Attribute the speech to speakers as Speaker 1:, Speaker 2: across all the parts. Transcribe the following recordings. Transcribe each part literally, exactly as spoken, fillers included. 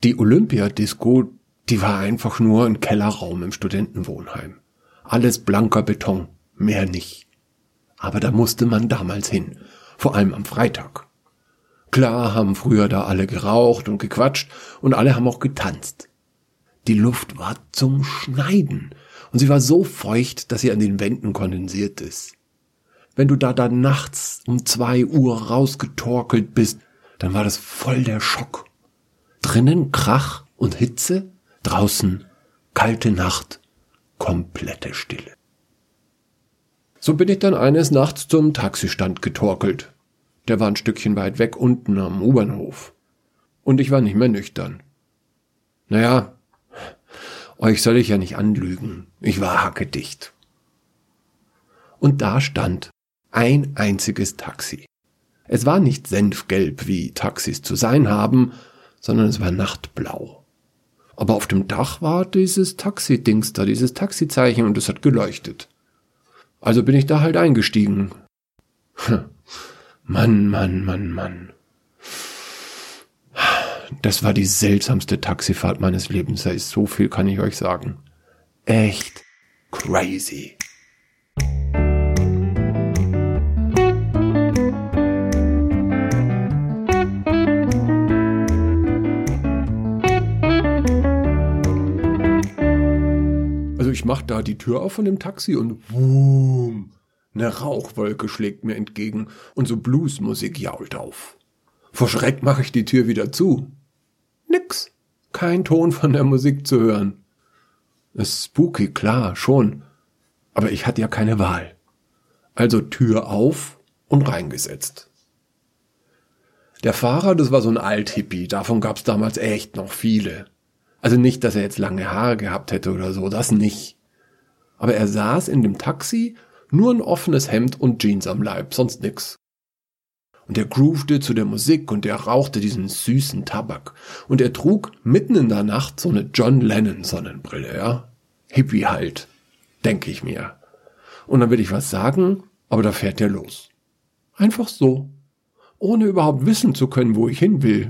Speaker 1: Die Olympiadisco, die war einfach nur ein Kellerraum im Studentenwohnheim. Alles blanker Beton, mehr nicht. Aber da musste man damals hin, vor allem am Freitag. Klar haben früher da alle geraucht und gequatscht und alle haben auch getanzt. Die Luft war zum Schneiden und sie war so feucht, dass sie an den Wänden kondensiert ist. Wenn du da dann nachts um zwei Uhr rausgetorkelt bist, dann war das voll der Schock. Drinnen Krach und Hitze, draußen kalte Nacht, komplette Stille. So bin ich dann eines Nachts zum Taxistand getorkelt. Der war ein Stückchen weit weg unten am U-Bahnhof. Und ich war nicht mehr nüchtern. Naja, euch soll ich ja nicht anlügen. Ich war hackedicht. Und da stand ein einziges Taxi. Es war nicht senfgelb, wie Taxis zu sein haben, sondern es war nachtblau. Aber auf dem Dach war dieses Taxi-Dings da, dieses Taxizeichen, und es hat geleuchtet. Also bin ich da halt eingestiegen. Mann, Mann, Mann, Mann. Das war die seltsamste Taxifahrt meines Lebens, da ist so viel, kann ich euch sagen. Echt crazy. Also ich mach da die Tür auf von dem Taxi und wumm, eine Rauchwolke schlägt mir entgegen und so Bluesmusik jault auf. Vor Schreck mache ich die Tür wieder zu. Nix, kein Ton von der Musik zu hören. Ist spooky, klar, schon, aber ich hatte ja keine Wahl. Also Tür auf und reingesetzt. Der Fahrer, das war so ein Althippie, davon gab's damals echt noch viele. Also nicht, dass er jetzt lange Haare gehabt hätte oder so, das nicht. Aber er saß in dem Taxi, nur ein offenes Hemd und Jeans am Leib, sonst nix. Und er groovte zu der Musik und er rauchte diesen süßen Tabak. Und er trug mitten in der Nacht so eine John Lennon Sonnenbrille, ja. Hippie halt, denke ich mir. Und dann will ich was sagen, aber da fährt er los. Einfach so. Ohne überhaupt wissen zu können, wo ich hin will.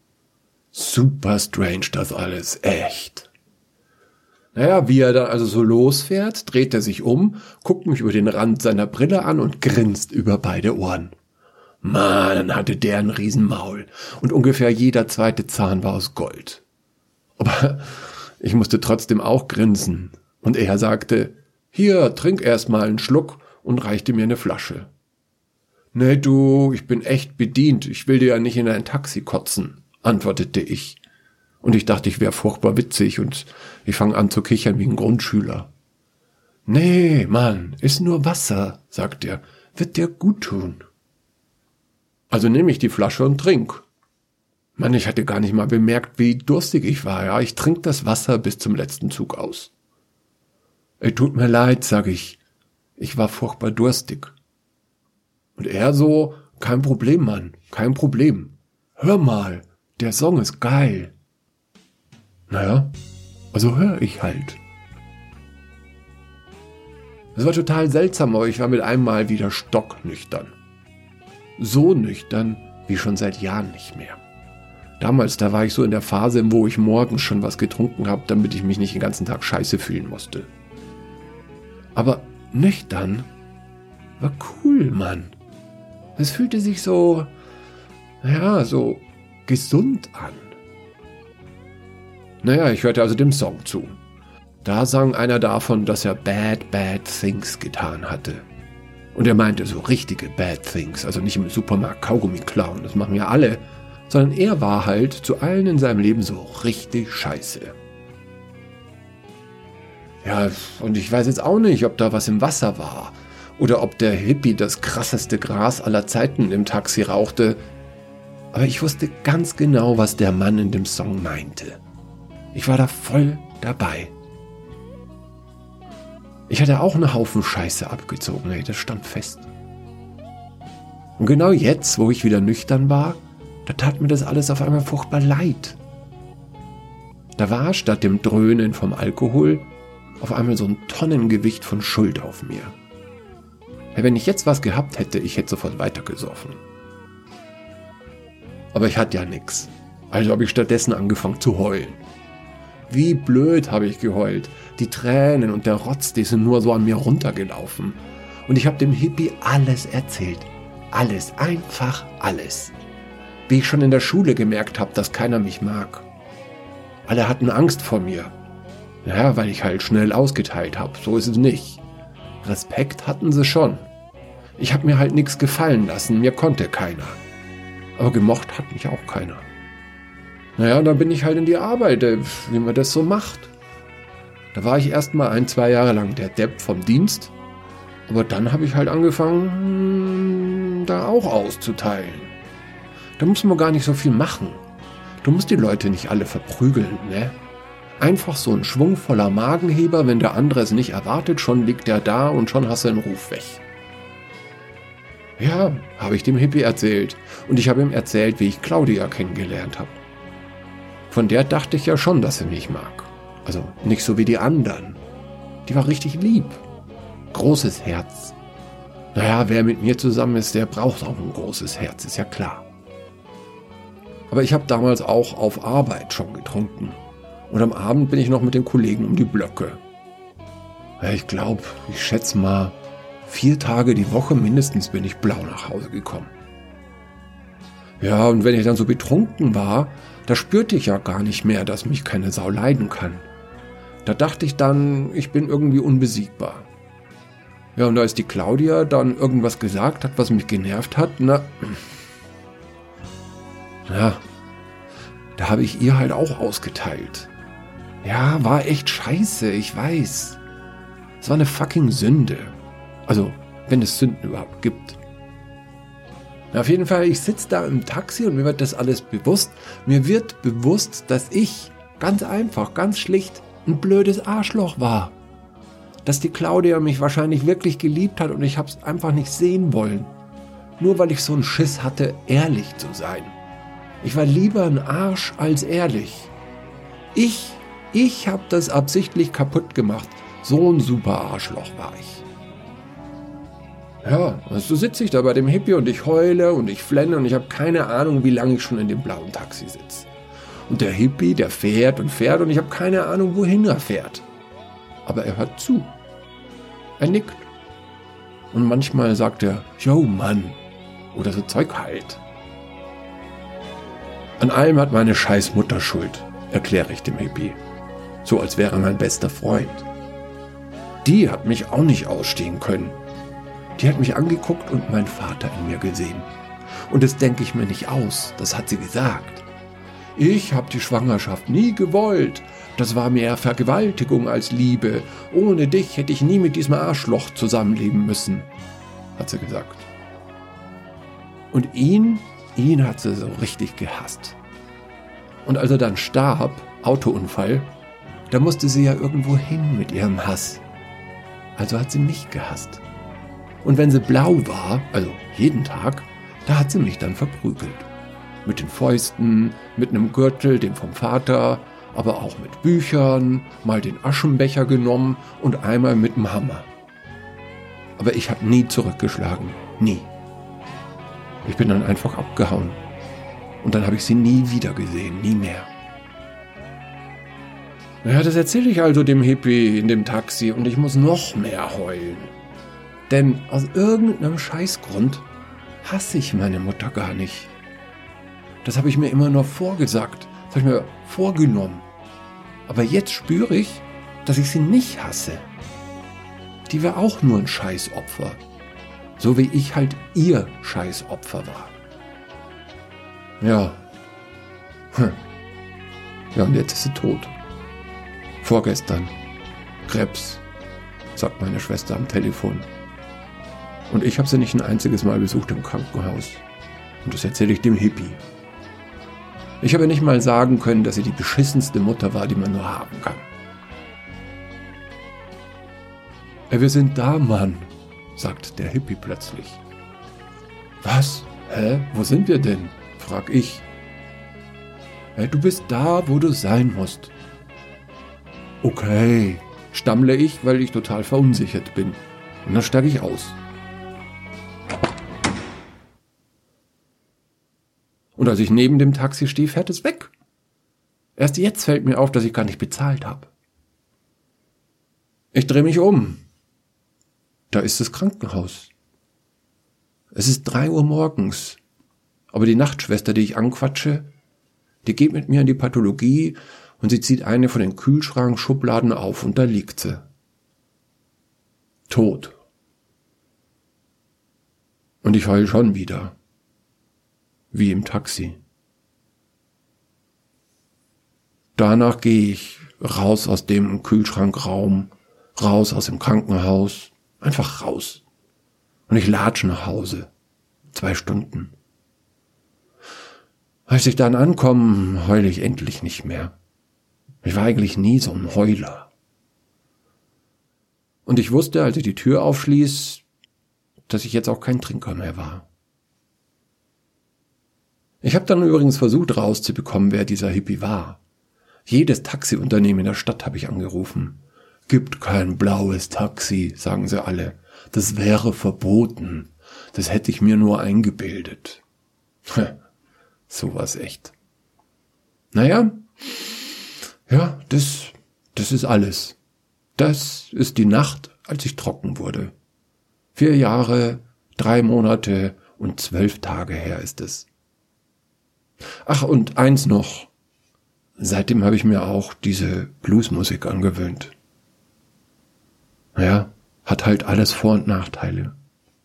Speaker 1: Super strange das alles, echt. Naja, wie er dann also so losfährt, dreht er sich um, guckt mich über den Rand seiner Brille an und grinst über beide Ohren. Mann, hatte der ein Riesenmaul und ungefähr jeder zweite Zahn war aus Gold. Aber ich musste trotzdem auch grinsen und er sagte, hier, trink erst mal einen Schluck und reichte mir eine Flasche. Nee, du, ich bin echt bedient, ich will dir ja nicht in ein Taxi kotzen, antwortete ich. Und ich dachte, ich wäre furchtbar witzig und ich fange an zu kichern wie ein Grundschüler. Nee, Mann, ist nur Wasser, sagt er, wird dir gut tun. Also nehme ich die Flasche und trink. Mann, ich hatte gar nicht mal bemerkt, wie durstig ich war, ja, ich trink das Wasser bis zum letzten Zug aus. Ey, tut mir leid, sag ich, ich war furchtbar durstig. Und er so, kein Problem, Mann, kein Problem. Hör mal, der Song ist geil. Naja, also hör ich halt. Es war total seltsam, aber ich war mit einem Mal wieder stocknüchtern. So nüchtern wie schon seit Jahren nicht mehr. Damals, da war ich so in der Phase, wo ich morgens schon was getrunken habe, damit ich mich nicht den ganzen Tag scheiße fühlen musste. Aber nüchtern war cool, Mann. Es fühlte sich so, ja, so gesund an. Naja, ich hörte also dem Song zu. Da sang einer davon, dass er bad, bad things getan hatte. Und er meinte so richtige bad things, also nicht im Supermarkt Kaugummi klauen, das machen ja alle, sondern er war halt zu allen in seinem Leben so richtig scheiße. Ja, und ich weiß jetzt auch nicht, ob da was im Wasser war oder ob der Hippie das krasseste Gras aller Zeiten im Taxi rauchte, aber ich wusste ganz genau, was der Mann in dem Song meinte. Ich war da voll dabei. Ich hatte auch einen Haufen Scheiße abgezogen, ey, das stand fest. Und genau jetzt, wo ich wieder nüchtern war, da tat mir das alles auf einmal furchtbar leid. Da war statt dem Dröhnen vom Alkohol auf einmal so ein Tonnengewicht von Schuld auf mir. Ja, wenn ich jetzt was gehabt hätte, ich hätte sofort weitergesoffen. Aber ich hatte ja nix. Also habe ich stattdessen angefangen zu heulen. Wie blöd habe ich geheult. Die Tränen und der Rotz, die sind nur so an mir runtergelaufen. Und ich habe dem Hippie alles erzählt. Alles, einfach alles. Wie ich schon in der Schule gemerkt habe, dass keiner mich mag. Alle hatten Angst vor mir. Ja, weil ich halt schnell ausgeteilt habe. So ist es nicht. Respekt hatten sie schon. Ich habe mir halt nichts gefallen lassen. Mir konnte keiner. Aber gemocht hat mich auch keiner. Naja, dann bin ich halt in die Arbeit, wie man das so macht. Da war ich erst mal ein, zwei Jahre lang der Depp vom Dienst. Aber dann habe ich halt angefangen, da auch auszuteilen. Da muss man gar nicht so viel machen. Du musst die Leute nicht alle verprügeln, ne? Einfach so ein schwungvoller Magenheber, wenn der andere es nicht erwartet, schon liegt er da und schon hast du den Ruf weg. Ja, habe ich dem Hippie erzählt. Und ich habe ihm erzählt, wie ich Claudia kennengelernt habe. Von der dachte ich ja schon, dass sie mich mag. Also nicht so wie die anderen. Die war richtig lieb. Großes Herz. Naja, wer mit mir zusammen ist, der braucht auch ein großes Herz, ist ja klar. Aber ich habe damals auch auf Arbeit schon getrunken. Und am Abend bin ich noch mit den Kollegen um die Blöcke. Ja, ich glaube, ich schätze mal, vier Tage die Woche mindestens bin ich blau nach Hause gekommen. Ja, und wenn ich dann so betrunken war, da spürte ich ja gar nicht mehr, dass mich keine Sau leiden kann. Da dachte ich dann, ich bin irgendwie unbesiegbar. Ja, und da ist die Claudia dann irgendwas gesagt hat, was mich genervt hat, na, ja, da habe ich ihr halt auch ausgeteilt. Ja, war echt scheiße, ich weiß. Es war eine fucking Sünde. Also, wenn es Sünden überhaupt gibt. Na, auf jeden Fall, ich sitze da im Taxi und mir wird das alles bewusst. Mir wird bewusst, dass ich ganz einfach, ganz schlicht ein blödes Arschloch war. Dass die Claudia mich wahrscheinlich wirklich geliebt hat und ich habe es einfach nicht sehen wollen. Nur weil ich so einen Schiss hatte, ehrlich zu sein. Ich war lieber ein Arsch als ehrlich. Ich, ich habe das absichtlich kaputt gemacht. So ein super Arschloch war ich. Ja, also sitze ich da bei dem Hippie und ich heule und ich flenne und ich habe keine Ahnung, wie lange ich schon in dem blauen Taxi sitze. Und der Hippie, der fährt und fährt und ich habe keine Ahnung, wohin er fährt. Aber er hört zu. Er nickt. Und manchmal sagt er, yo Mann, oder so Zeug halt. An allem hat meine scheiß Mutter Schuld, erkläre ich dem Hippie. So als wäre er mein bester Freund. Die hat mich auch nicht ausstehen können. Die hat mich angeguckt und meinen Vater in mir gesehen. Und das denke ich mir nicht aus, das hat sie gesagt. Ich habe die Schwangerschaft nie gewollt. Das war mehr Vergewaltigung als Liebe. Ohne dich hätte ich nie mit diesem Arschloch zusammenleben müssen, hat sie gesagt. Und ihn, ihn hat sie so richtig gehasst. Und als er dann starb, Autounfall, da musste sie ja irgendwo hin mit ihrem Hass. Also hat sie mich gehasst. Und wenn sie blau war, also jeden Tag, da hat sie mich dann verprügelt. Mit den Fäusten, mit einem Gürtel, dem vom Vater, aber auch mit Büchern, mal den Aschenbecher genommen und einmal mit dem Hammer. Aber ich habe nie zurückgeschlagen, nie. Ich bin dann einfach abgehauen. Und dann habe ich sie nie wieder gesehen, nie mehr. Naja, das erzähle ich also dem Hippie in dem Taxi und ich muss noch mehr heulen. Denn aus irgendeinem Scheißgrund hasse ich meine Mutter gar nicht. Das habe ich mir immer nur vorgesagt, das habe ich mir vorgenommen. Aber jetzt spüre ich, dass ich sie nicht hasse. Die war auch nur ein Scheißopfer. So wie ich halt ihr Scheißopfer war. Ja. Hm. Ja, und jetzt ist sie tot. Vorgestern. Krebs, sagt meine Schwester am Telefon. Und ich habe sie nicht ein einziges Mal besucht im Krankenhaus. Und das erzähle ich dem Hippie. Ich habe nicht mal sagen können, dass sie die beschissenste Mutter war, die man nur haben kann. Ja, wir sind da, Mann, sagt der Hippie plötzlich. Was? Hä? Wo sind wir denn? Frag ich. Ja, du bist da, wo du sein musst. Okay, stammle ich, weil ich total verunsichert bin. Und dann steige ich aus. Und als ich neben dem Taxi stehe, fährt es weg. Erst jetzt fällt mir auf, dass ich gar nicht bezahlt habe. Ich drehe mich um. Da ist das Krankenhaus. Es ist drei Uhr morgens. Aber die Nachtschwester, die ich anquatsche, die geht mit mir in die Pathologie und sie zieht eine von den Kühlschrankschubladen auf und da liegt sie. Tot. Und ich heul schon wieder. Wie im Taxi. Danach gehe ich raus aus dem Kühlschrankraum, raus aus dem Krankenhaus, einfach raus. Und ich latsche nach Hause. Zwei Stunden. Als ich dann ankomme, heule ich endlich nicht mehr. Ich war eigentlich nie so ein Heuler. Und ich wusste, als ich die Tür aufschließ, dass ich jetzt auch kein Trinker mehr war. Ich habe dann übrigens versucht rauszubekommen, wer dieser Hippie war. Jedes Taxiunternehmen in der Stadt habe ich angerufen. Gibt kein blaues Taxi, sagen sie alle. Das wäre verboten. Das hätte ich mir nur eingebildet. Sowas echt. Naja, ja, das, das ist alles. Das ist die Nacht, als ich trocken wurde. Vier Jahre, drei Monate und zwölf Tage her ist es. Ach, und eins noch. Seitdem habe ich mir auch diese Bluesmusik angewöhnt. Naja, hat halt alles Vor- und Nachteile.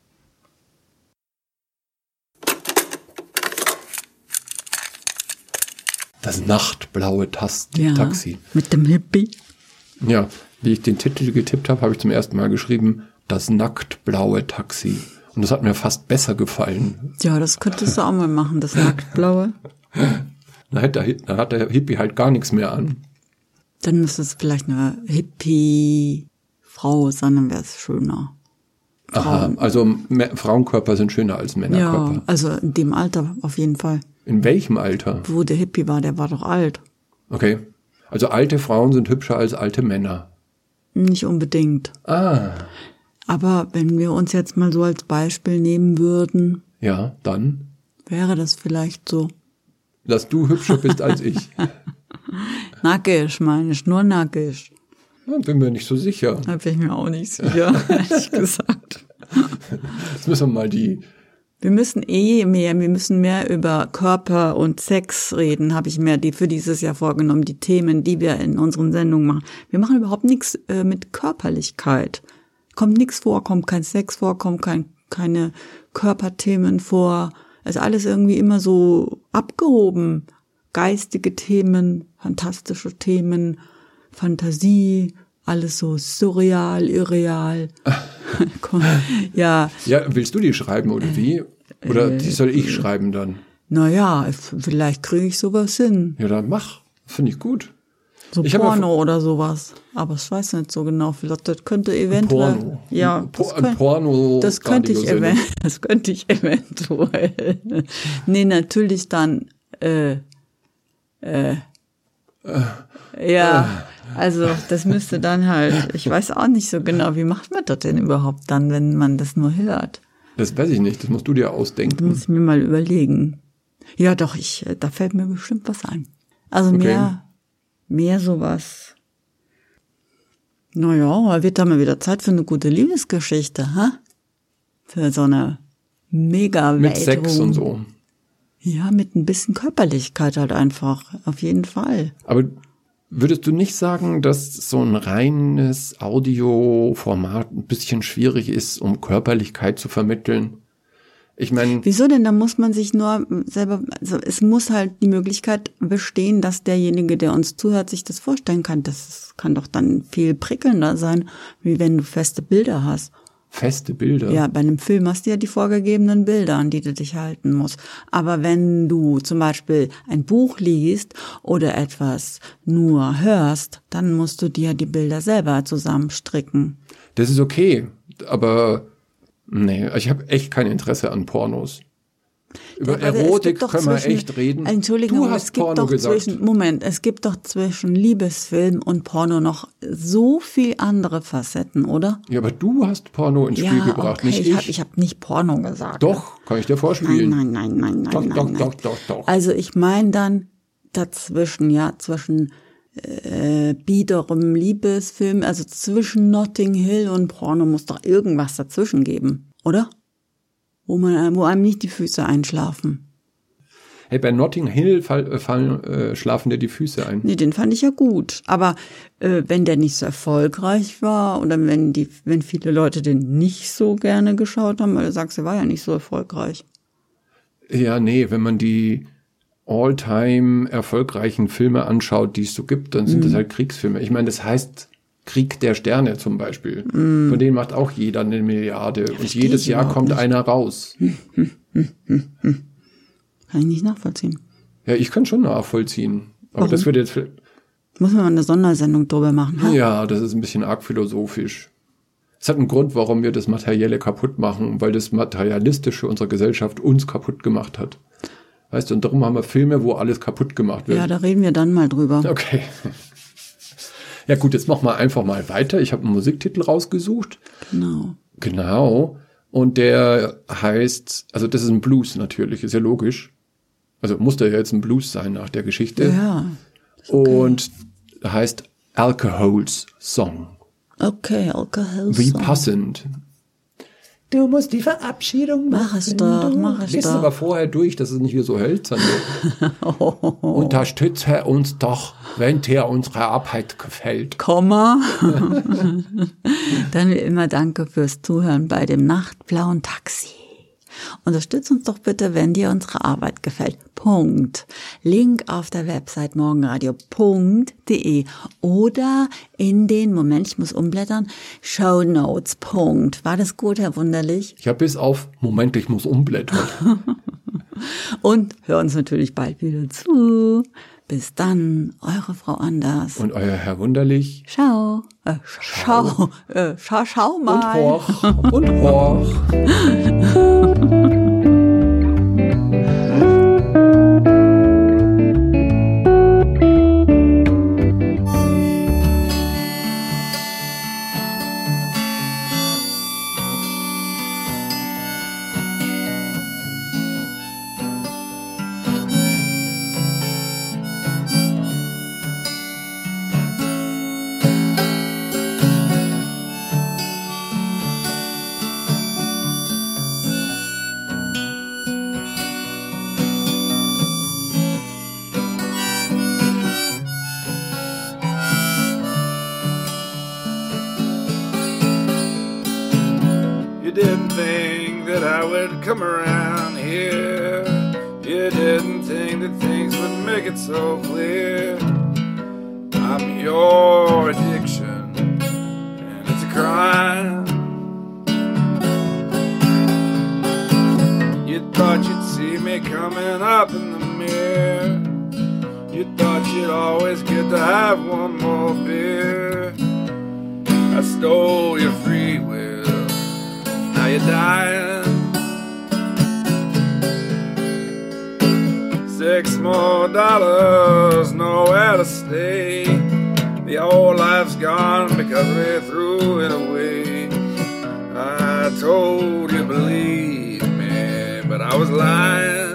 Speaker 1: Das nachtblaue Tas-
Speaker 2: Ja,
Speaker 1: Taxi.
Speaker 2: mit dem Hippie.
Speaker 1: Ja, wie ich den Titel getippt habe, habe ich zum ersten Mal geschrieben, das nacktblaue Taxi. Und das hat mir fast besser gefallen.
Speaker 2: Ja, das könntest du auch mal machen, das nacktblaue.
Speaker 1: Da hat, der, da hat der Hippie halt gar nichts mehr an.
Speaker 2: Dann müsste es vielleicht eine Hippie-Frau sein, dann wäre es schöner.
Speaker 1: Aha, also Me- Frauenkörper sind schöner als Männerkörper.
Speaker 2: Ja, also in dem Alter auf jeden Fall.
Speaker 1: In welchem Alter?
Speaker 2: Wo der Hippie war, der war doch alt.
Speaker 1: Okay, also alte Frauen sind hübscher als alte Männer.
Speaker 2: Nicht unbedingt.
Speaker 1: Ah,
Speaker 2: Aber wenn wir uns jetzt mal so als Beispiel nehmen würden,
Speaker 1: ja, dann,
Speaker 2: wäre das vielleicht so.
Speaker 1: dass du hübscher bist als ich.
Speaker 2: Nackig, meine ich, nur nackig.
Speaker 1: Ja, bin mir nicht so sicher.
Speaker 2: Da bin ich mir auch nicht sicher, ehrlich gesagt.
Speaker 1: Jetzt müssen wir mal die...
Speaker 2: Wir müssen eh mehr, wir müssen mehr über Körper und Sex reden, habe ich mir die für dieses Jahr vorgenommen, die Themen, die wir in unseren Sendungen machen. Wir machen überhaupt nichts äh, mit Körperlichkeit. Kommt nichts vor, kommt kein Sex vor, kommt kein, keine Körperthemen vor. Es ist alles irgendwie immer so abgehoben. Geistige Themen, fantastische Themen, Fantasie, alles so surreal, irreal. Ja.
Speaker 1: Ja, willst du die schreiben oder wie? Oder
Speaker 2: äh,
Speaker 1: die soll ich schreiben dann?
Speaker 2: Naja, vielleicht kriege ich sowas hin.
Speaker 1: Ja, dann mach. Finde ich gut.
Speaker 2: So
Speaker 1: Ich hab
Speaker 2: Porno
Speaker 1: ja-
Speaker 2: oder sowas. Aber ich weiß nicht so genau. Vielleicht das könnte eventuell.
Speaker 1: Porno.
Speaker 2: Ja,
Speaker 1: Ein Po-
Speaker 2: das,
Speaker 1: ein
Speaker 2: könnt,
Speaker 1: Porno.
Speaker 2: das könnte ich
Speaker 1: Radiosendung.
Speaker 2: eventuell. Das könnte ich eventuell. Nee, natürlich dann. Äh, äh, ja, also das müsste dann halt. Ich weiß auch nicht so genau, wie macht man das denn überhaupt dann, wenn man das nur hört?
Speaker 1: Das weiß ich nicht, das musst du dir ausdenken.
Speaker 2: Muss ich mir mal überlegen. Ja, doch, ich, da fällt mir bestimmt was ein. Also
Speaker 1: Okay.
Speaker 2: mehr, mehr sowas. Naja, wird da mal wieder Zeit für eine gute Liebesgeschichte, ha? Für so eine mega
Speaker 1: Mit Sex und so.
Speaker 2: Ja, mit ein bisschen Körperlichkeit halt einfach. Auf jeden Fall.
Speaker 1: Aber würdest du nicht sagen, dass so ein reines Audioformat ein bisschen schwierig ist, um Körperlichkeit zu vermitteln? Ich meine,
Speaker 2: Wieso denn? Da muss man sich nur selber, also es muss halt die Möglichkeit bestehen, dass derjenige, der uns zuhört, sich das vorstellen kann. Das kann doch dann viel prickelnder sein, wie wenn du feste Bilder hast.
Speaker 1: feste Bilder.
Speaker 2: Ja, bei einem Film hast du ja die vorgegebenen Bilder, an die du dich halten musst. Aber wenn du zum Beispiel ein Buch liest oder etwas nur hörst, dann musst du dir die Bilder selber zusammenstricken.
Speaker 1: Das ist okay, aber nee, ich habe echt kein Interesse an Pornos. Über
Speaker 2: Ja, aber es
Speaker 1: Erotik
Speaker 2: gibt doch
Speaker 1: können wir
Speaker 2: zwischen-
Speaker 1: echt reden.
Speaker 2: Entschuldigung,
Speaker 1: du hast
Speaker 2: es gibt
Speaker 1: Porno
Speaker 2: doch
Speaker 1: gesagt.
Speaker 2: zwischen, Moment, es gibt doch zwischen Liebesfilm und Porno noch so viel andere Facetten, oder?
Speaker 1: Ja, aber du hast Porno ins Spiel
Speaker 2: Ja,
Speaker 1: gebracht,
Speaker 2: okay,
Speaker 1: nicht
Speaker 2: ich
Speaker 1: ich.
Speaker 2: habe ich hab nicht Porno gesagt.
Speaker 1: Doch, kann ich dir
Speaker 2: Nein,
Speaker 1: vorspielen.
Speaker 2: nein, nein, nein, nein,
Speaker 1: Doch,
Speaker 2: nein,
Speaker 1: doch,
Speaker 2: nein.
Speaker 1: doch, doch, doch.
Speaker 2: Also ich meine dann dazwischen, ja, zwischen äh, biederem Liebesfilm, also zwischen Notting Hill und Porno muss doch irgendwas dazwischen geben, oder? Wo man, wo einem nicht die Füße einschlafen.
Speaker 1: Hey, bei Notting Hill fall, äh, fallen, äh, schlafen dir die Füße ein.
Speaker 2: Nee, den fand ich ja gut. Aber äh, wenn der nicht so erfolgreich war oder wenn die, wenn viele Leute den nicht so gerne geschaut haben, weil du sagst, er war ja nicht so erfolgreich.
Speaker 1: Ja, nee, wenn man die all-time erfolgreichen Filme anschaut, die es so gibt, dann sind
Speaker 2: Mhm.
Speaker 1: das halt Kriegsfilme. Ich meine, das heißt Krieg der Sterne zum Beispiel. Mhm. Von denen macht auch jeder eine Milliarde. Und
Speaker 2: Versteh
Speaker 1: jedes
Speaker 2: ich
Speaker 1: Jahr
Speaker 2: überhaupt
Speaker 1: kommt
Speaker 2: nicht.
Speaker 1: einer raus.
Speaker 2: Kann ich nicht nachvollziehen.
Speaker 1: Ja, ich kann schon nachvollziehen. Aber
Speaker 2: Warum?
Speaker 1: das wird jetzt...
Speaker 2: Muss man mal eine Sondersendung drüber machen. Ha?
Speaker 1: Ja, das ist ein bisschen arg philosophisch. Es hat einen Grund, warum wir das Materielle kaputt machen, weil das Materialistische unserer Gesellschaft uns kaputt gemacht hat. Weißt du, und darum haben wir Filme, wo alles kaputt gemacht wird.
Speaker 2: Ja, da reden wir dann mal drüber.
Speaker 1: Okay. Ja gut, jetzt machen wir einfach mal weiter. Ich habe einen Musiktitel rausgesucht.
Speaker 2: Genau.
Speaker 1: Genau. Und der heißt, also das ist ein Blues natürlich, ist ja logisch. Also muss der ja jetzt ein Blues sein nach der Geschichte.
Speaker 2: Ja.
Speaker 1: Und heißt Alcohol's Song.
Speaker 2: Okay, Alkohol.
Speaker 1: Wie passend. Du musst die Verabschiedung machen.
Speaker 2: Mach es doch, mach es
Speaker 1: Lies
Speaker 2: doch.
Speaker 1: aber vorher durch, dass es nicht wieder so hölzern wird. Unterstütze uns doch, wenn dir unsere Arbeit gefällt.
Speaker 2: Komma. Dann wie immer danke fürs Zuhören bei dem nachtblauen Taxi. Unterstützt uns doch bitte, wenn dir unsere Arbeit gefällt. Punkt. Link auf der Website morgenradio punkt de oder in den, Moment, ich muss umblättern, Shownotes. Punkt. War das gut, Herr Wunderlich?
Speaker 1: Ich habe bis auf, Moment, ich muss umblättern.
Speaker 2: Und hör uns natürlich bald wieder zu. Bis dann, eure Frau Anders.
Speaker 1: Und euer Herr Wunderlich.
Speaker 2: Schau. Äh, schau. Äh, schau, schau
Speaker 1: Und
Speaker 2: mal.
Speaker 1: horch. Und horch.
Speaker 3: You didn't think that I would come around here. You didn't think that things would make it so clear. I'm your addiction, and it's a crime. You thought you'd see me coming up in the mirror. You thought you'd always get to have one more beer. I stole your free will. Now you're dying. Six more dollars, nowhere to stay. The old life's gone because we threw it away. I told you, believe me, but I was lying.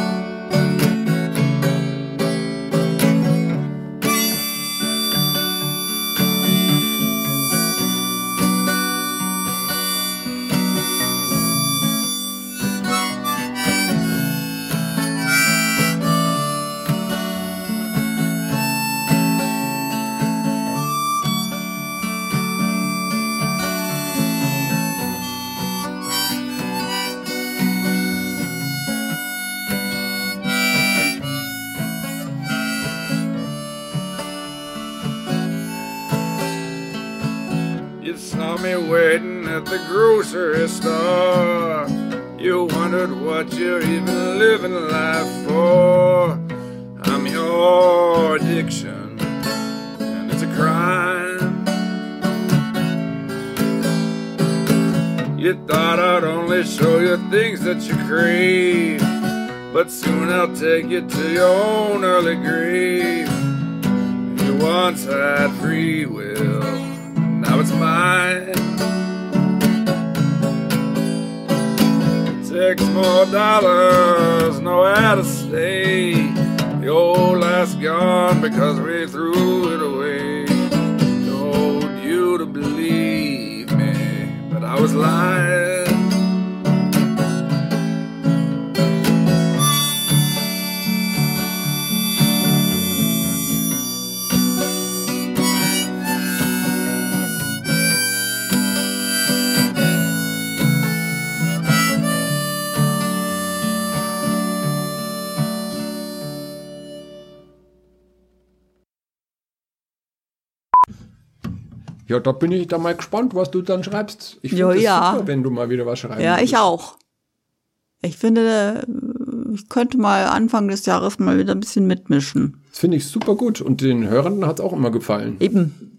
Speaker 3: You saw me waiting at the grocery store. You wondered what you're even living life for. I'm your addiction, and it's a crime. You thought I'd only show you things that you crave. but soon I'll take you to your own early grave. You once had free will, now it's mine. Six more dollars, nowhere to stay. The old life's gone because we threw it away. Told you to believe me, but I was lying.
Speaker 1: Ja, da bin ich da mal gespannt, was du dann schreibst. Ich
Speaker 2: Jo,
Speaker 1: finde es
Speaker 2: ja.
Speaker 1: super, wenn du mal wieder was schreibst.
Speaker 2: Ja, ich auch. Ich finde, ich könnte mal Anfang des Jahres mal wieder ein bisschen mitmischen.
Speaker 1: Das finde ich super gut und den Hörenden hat es auch immer gefallen.
Speaker 2: Eben.